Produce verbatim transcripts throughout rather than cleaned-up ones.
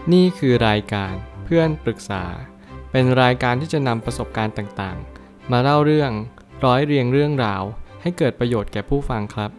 นี่คือรายการเพื่อนปรึกษาเป็นรายการที่จะนำประสบการณ์ต่างๆมาเล่าเรื่องร้อยเรียงเรื่องราวให้เกิดประโยชน์แก่ผู้ฟังครับ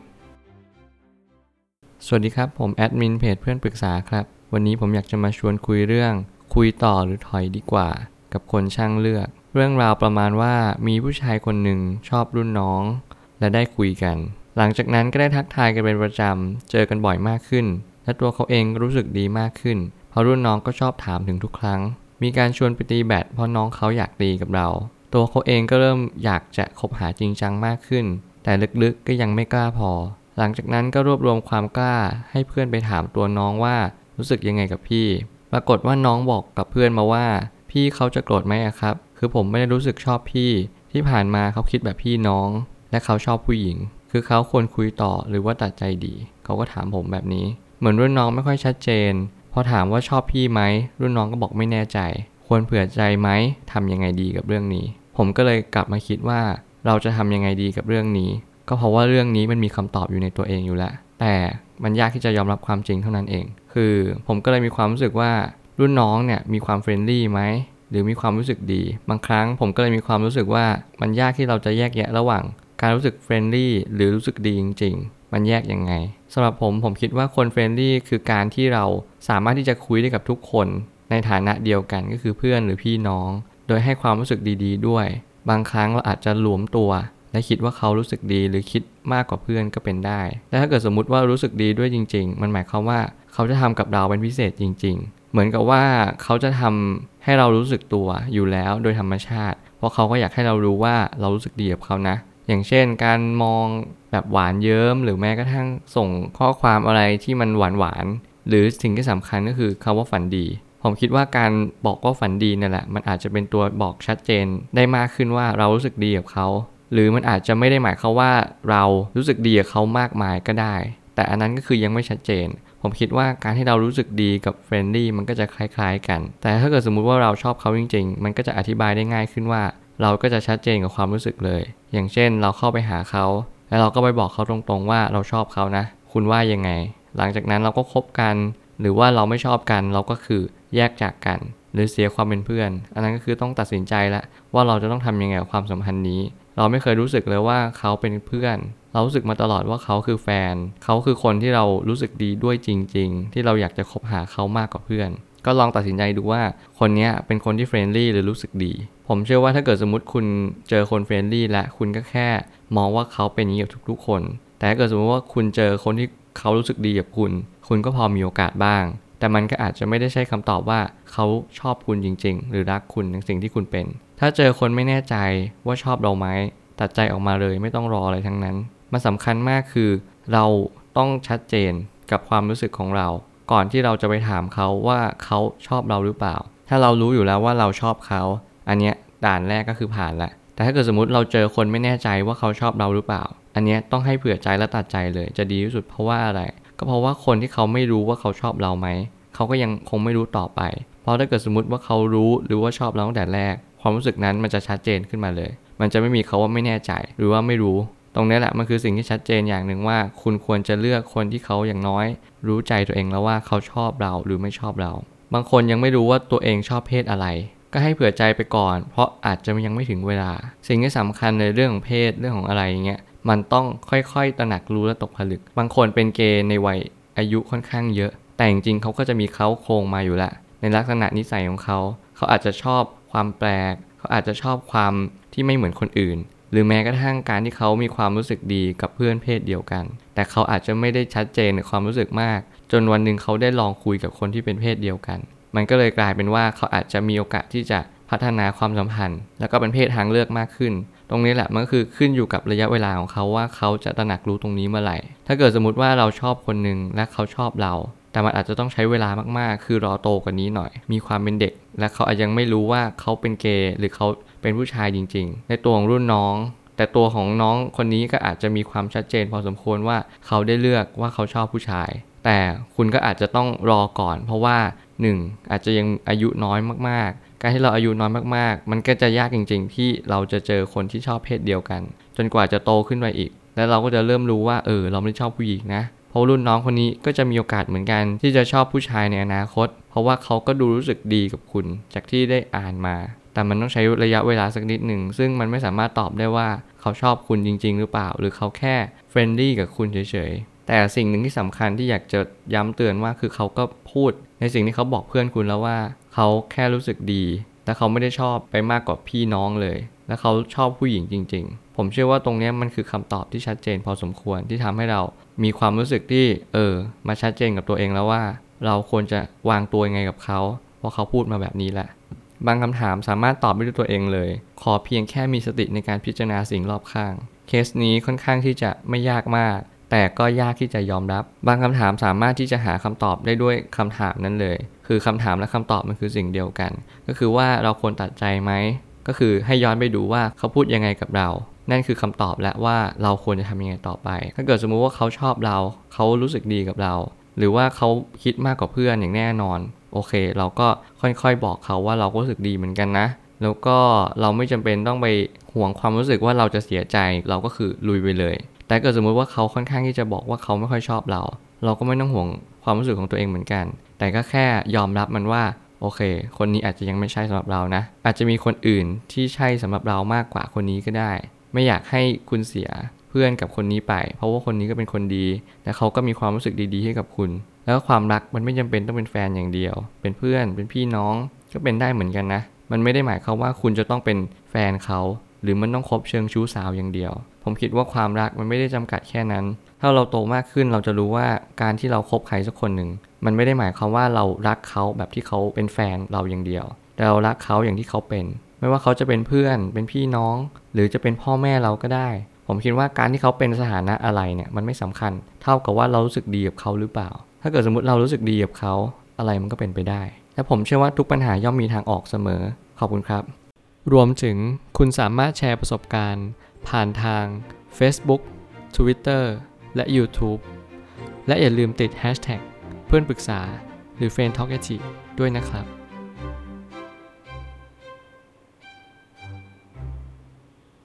สวัสดีครับผมแอดมินเพจเพื่อนปรึกษาครับวันนี้ผมอยากจะมาชวนคุยเรื่องคุยต่อหรือถอยดีกว่ากับคนช่างเลือกเรื่องราวประมาณว่ามีผู้ชายคนหนึ่งชอบรุ่นน้องและได้คุยกันหลังจากนั้นก็ได้ทักทายกันเป็นประจำเจอกันบ่อยมากขึ้นและตัวเขาเองรู้สึกดีมากขึ้นเพราะรุ่นน้องก็ชอบถามถึงทุกครั้งมีการชวนไปตีแบดเพราะน้องเขาอยากตีกับเราตัวเขาเองก็เริ่มอยากจะคบหาจริงจังมากขึ้นแต่ลึกๆก็ยังไม่กล้าพอหลังจากนั้นก็รวบรวมความกล้าให้เพื่อนไปถามตัวน้องว่ารู้สึกยังไงกับพี่ปรากฏว่าน้องบอกกับเพื่อนมาว่าพี่เขาจะโกรธไหมอะครับคือผมไม่ได้รู้สึกชอบพี่ที่ผ่านมาเขาคิดแบบพี่น้องและเขาชอบผู้หญิงคือเขาควรคุยต่อหรือว่าตัดใจดีเขาก็ถามผมแบบนี้เหมือนรุ่นน้องไม่ค่อยชัดเจนพอถามว่าชอบพี่ไหมรุ่นน้องก็บอกไม่แน่ใจควรเผื่อใจไหมทำยังไงดีกับเรื่องนี้ผมก็เลยกลับมาคิดว่าเราจะทำยังไงดีกับเรื่องนี้ก็เพราะว่าเรื่องนี้มันมีคำตอบอยู่ในตัวเองอยู่แล้วแต่มันยากที่จะยอมรับความจริงเท่านั้นเองคือผมก็เลยมีความรู้สึกว่ารุ่นน้องเนี่ยมีความเฟรนลี่ไหมหรือมีความรู้สึกดีบางครั้งผมก็เลยมีความรู้สึกว่ามันยากที่เราจะแยกแยะระหว่างการรู้สึกเฟรนลี่หรือรู้สึกดีจริงๆมันแยกยังไงสำหรับผมผมคิดว่าคนเฟรนลี่คือการที่เราสามารถที่จะคุยได้กับทุกคนในฐานะเดียวกันก็คือเพื่อนหรือพี่น้องโดยให้ความรู้สึกดีๆด้วยบางครั้งเราอาจจะหลวมตัวและคิดว่าเขารู้สึกดีหรือคิดมากกว่าเพื่อนก็เป็นได้แต่ถ้าเกิดสมมุติว่ารู้สึกดีด้วยจริงๆมันหมายความว่าเขาจะทำกับเราเป็นพิเศษจริงๆเหมือนกับว่าเขาจะทำให้เรารู้สึกตัวอยู่แล้วโดยธรรมชาติเพราะเขาก็อยากให้เรารู้ว่าเรารู้สึกดีกับเขานะอย่างเช่นการมองแบบหวานเยิ้มหรือแม้กระทั่งส่งข้อความอะไรที่มันหวานๆหรือสิ่งที่สำคัญก็คือคำว่าฝันดีผมคิดว่าการบอกว่าฝันดีนั่นแหละมันอาจจะเป็นตัวบอกชัดเจนได้มากขึ้นว่าเรารู้สึกดีกับเขาหรือมันอาจจะไม่ได้หมายความว่าเรารู้สึกดีกับเขามากมายก็ได้แต่อันนั้นก็คือยังไม่ชัดเจนผมคิดว่าการที่เรารู้สึกดีกับเฟรนลี่มันก็จะคล้ายๆกันแต่ถ้าเกิดสมมุติว่าเราชอบเขาจริงๆมันก็จะอธิบายได้ง่ายขึ้นว่าเราก็จะชัดเจนกับความรู้สึกเลยอย่างเช่นเราเข้าไปหาเขาแล้วเราก็ไปบอกเขาตรงๆว่าเราชอบเขานะคุณว่ายังไงหลังจากนั้นเราก็คบกันหรือว่าเราไม่ชอบกันเราก็คือแยกจากกันหรือเสียความเป็นเพื่อนอันนั้นก็คือต้องตัดสินใจแล้วว่าเราจะต้องทำยังไงกับความสัมพันธ์นี้เราไม่เคยรู้สึกเลยว่าเขาเป็นเพื่อนเรารู้สึกมาตลอดว่าเขาคือแฟนเขาคือคนที่เรารู้สึกดีด้วยจริงๆที่เราอยากจะคบหาเขามากกว่าเพื่อนก็ลองตัดสินใจดูว่าคนนี้เป็นคนที่เฟรนลี่หรือรู้สึกดีผมเชื่อว่าถ้าเกิดสมมติคุณเจอคนเฟรนลี่และคุณก็แค่มองว่าเขาเป็นอย่างนี้กับทุกๆคนแต่ถ้าเกิดสมมติว่าคุณเจอคนที่เขารู้สึกดีกับคุณคุณก็พอมีโอกาสบ้างแต่มันก็อาจจะไม่ได้ใช่คำตอบว่าเขาชอบคุณจริงๆหรือรักคุณในสิ่งที่คุณเป็นถ้าเจอคนไม่แน่ใจว่าชอบเราไหมตัดใจออกมาเลยไม่ต้องรออะไรทั้งนั้นมันสำคัญมากคือเราต้องชัดเจนกับความรู้สึกของเราก่อนที่เราจะไปถามเขาว่าเขาชอบเราหรือเปล่าถ้าเรารู้อยู่แล้วว่าเราชอบเขาอันเนี้ยด่านแรกก็คือผ่านละแต่ถ้าเกิดสมมุติเราเจอคนไม่แน่ใจว่าเขาชอบเราหรือเปล่าอันเนี้ยต้องให้เผื่อใจและตัดใจเลยจะดีที่สุดเพราะว่าอะไรก็เพราะว่าคนที่เขาไม่รู้ว่าเขาชอบเราไหมเขาก็ยังคงไม่รู้ต่อไปเพราะถ้าเกิดสมมติว่าเขารู้หรือว่าชอบเราตั้งแต่แรกความรู้สึกนั้นมันจะชัดเจนขึ้นมาเลยมันจะไม่มีเขาว่าไม่แน่ใจหรือว่าไม่รู้ตรงนี้แหละมันคือสิ่งที่ชัดเจนอย่างหนึ่งว่าคุณควรจะเลือกคนที่เขาอย่างน้อยรู้ใจตัวเองแล้วว่าเขาชอบเราหรือไม่ชอบเราบางคนยังไม่รู้ว่าตัวเองชอบเพศอะไรก็ให้เผื่อใจไปก่อนเพราะอาจจะยังไม่ถึงเวลาสิ่งที่สำคัญในเรื่องของเพศเรื่องของอะไรอย่างเงี้ยมันต้องค่อยๆตระหนักรู้และตกผลึกบางคนเป็นเกย์ในวัยอายุค่อนข้างเยอะแต่จริงๆเขาก็จะมีเค้าโครงมาอยู่แล้วในลักษณะนิสัยของเขาเขาอาจจะชอบความแปลกเขาอาจจะชอบความที่ไม่เหมือนคนอื่นหรือแม้กระทั่งการที่เขามีความรู้สึกดีกับเพื่อนเพศเดียวกันแต่เขาอาจจะไม่ได้ชัดเจนในความรู้สึกมากจนวันหนึ่งเขาได้ลองคุยกับคนที่เป็นเพศเดียวกันมันก็เลยกลายเป็นว่าเขาอาจจะมีโอกาสที่จะพัฒนาความสัมพันธ์แล้วก็เป็นเพศทางเลือกมากขึ้นตรงนี้แหละมันก็คือขึ้นอยู่กับระยะเวลาของเขาว่าเขาจะตระหนักรู้ตรงนี้เมื่อไหร่ถ้าเกิดสมมติว่าเราชอบคนหนึ่งและเขาชอบเราแต่มันอาจจะต้องใช้เวลามากๆคือรอโตกว่านี้หน่อยมีความเป็นเด็กและเขาอาจยังไม่รู้ว่าเขาเป็นเกย์หรือเขาเป็นผู้ชายจริงๆในตัวของรุ่นน้องแต่ตัวของน้องคนนี้ก็อาจจะมีความชัดเจนพอสมควรว่าเขาได้เลือกว่าเขาชอบผู้ชายแต่คุณก็อาจจะต้องรอก่อนเพราะว่าหนึ่งอาจจะยังอายุน้อยมากๆการที่เราอายุน้อยมากๆมันก็จะยากจริงๆที่เราจะเจอคนที่ชอบเพศเดียวกันจนกว่าจะโตขึ้นไปอีกแล้วเราก็จะเริ่มรู้ว่าเออเราไม่ชอบผู้หญิงนะเพราะรุ่นน้องคนนี้ก็จะมีโอกาสเหมือนกันที่จะชอบผู้ชายในอนาคตเพราะว่าเขาก็ดูรู้สึกดีกับคุณจากที่ได้อ่านมาแต่มันต้องใช้ระยะเวลาสักนิดหนึ่งซึ่งมันไม่สามารถตอบได้ว่าเขาชอบคุณจริงๆหรือเปล่าหรือเขาแค่เฟรนลี่กับคุณเฉยๆแต่สิ่งหนึ่งที่สำคัญที่อยากจะย้ำเตือนว่าคือเขาก็พูดในสิ่งที่เขาบอกเพื่อนคุณแล้วว่าเขาแค่รู้สึกดีแต่เขาไม่ได้ชอบไปมากกว่าพี่น้องเลยและเขาชอบผู้หญิงจริงๆผมเชื่อว่าตรงนี้มันคือคำตอบที่ชัดเจนพอสมควรที่ทำให้เรามีความรู้สึกที่เออมาชัดเจนกับตัวเองแล้วว่าเราควรจะวางตัวยังไงกับเขาเพราะเขาพูดมาแบบนี้แหละบางคำถามสามารถตอบได้ด้วยตัวเองเลยขอเพียงแค่มีสติในการพิจารณาสิ่งรอบข้างเคสนี้ค่อนข้างที่จะไม่ยากมากแต่ก็ยากที่จะยอมรับบางคำถามสามารถที่จะหาคำตอบได้ด้วยคำถามนั้นเลยคือคำถามและคำตอบมันคือสิ่งเดียวกันก็คือว่าเราควรตัดใจไหมก็คือให้ย้อนไปดูว่าเขาพูดยังไงกับเรานั่นคือคำตอบและว่าเราควรจะทำยังไงต่อไปถ้าเกิดสมมุติว่าเขาชอบเราเขารู้สึกดีกับเราหรือว่าเขาคิดมากกว่าเพื่อนอย่างแน่นอนโอเคเราก็ค่อยๆบอกเขาว่าเราก็รู้สึกดีเหมือนกันนะแล้วก็เราไม่จำเป็นต้องไปห่วงความรู้สึกว่าเราจะเสียใจเราก็คือลุยไปเลยแต่เกิดสมมติว่าเขาค่อนข้างที่จะบอกว่าเขาไม่ค่อยชอบเราเราก็ไม่ต้องห่วงความรู้สึกของตัวเองเหมือนกันแต่ก็แค่ยอมรับมันว่าโอเคคนนี้อาจจะยังไม่ใช่สำหรับเรานะอาจจะมีคนอื่นที่ใช่สำหรับเรามากกว่าคนนี้ก็ได้ไม่อยากให้คุณเสียเพื่อนกับคนนี้ไปเพราะว่าคนนี้ก็เป็นคนดีแต่เขาก็มีความรู้สึกดีๆให้กับคุณแล้วความรักมันไม่จำเป็นต้องเป็นแฟนอย่างเดียวเป็นเพื่อนเป็นพี่น้องก็เป็นได้เหมือนกันนะมันไม่ได้หมายความว่าคุณจะต้องเป็นแฟนเขาหรือมันต้องคบเชิงชู้สาวอย่างเดียวผมคิดว่าความรักมันไม่ได้จำกัดแค่นั้นถ้าเราโตมากขึ้นเราจะรู้ว่าการที่เราคบใครสักคนหนึ่งมันไม่ได้หมายความว่าเรารักเขาแบบที่เขาเป็นแฟนเราอย่างเดียวแต่เรารักเขาอย่างที่เขาเป็นไม่ว่าเขาจะเป็นเพื่อนเป็นพี่น้องหรือจะเป็นพ่อแม่เราก็ได้ผมคิดว่าการที่เขาเป็นสถานะอะไรเนี่ยมันไม่สำคัญเท่ากับว่าเรารู้สึกดีกับเขาหรือเปล่าถ้าเกิดสมมติเรารู้สึกดีกับเขาอะไรมันก็เป็นไปได้และผมเชื่อว่าทุกปัญหาย่อมมีทางออกเสมอขอบคุณครับรวมถึงคุณสามารถแชร์ประสบการณ์ผ่านทาง Facebook Twitter และ YouTube และอย่าลืมติด แฮชแท็ก เพื่อนปรึกษาหรือ เฟรนด์ ทอล์ก แอท ด้วยนะครับ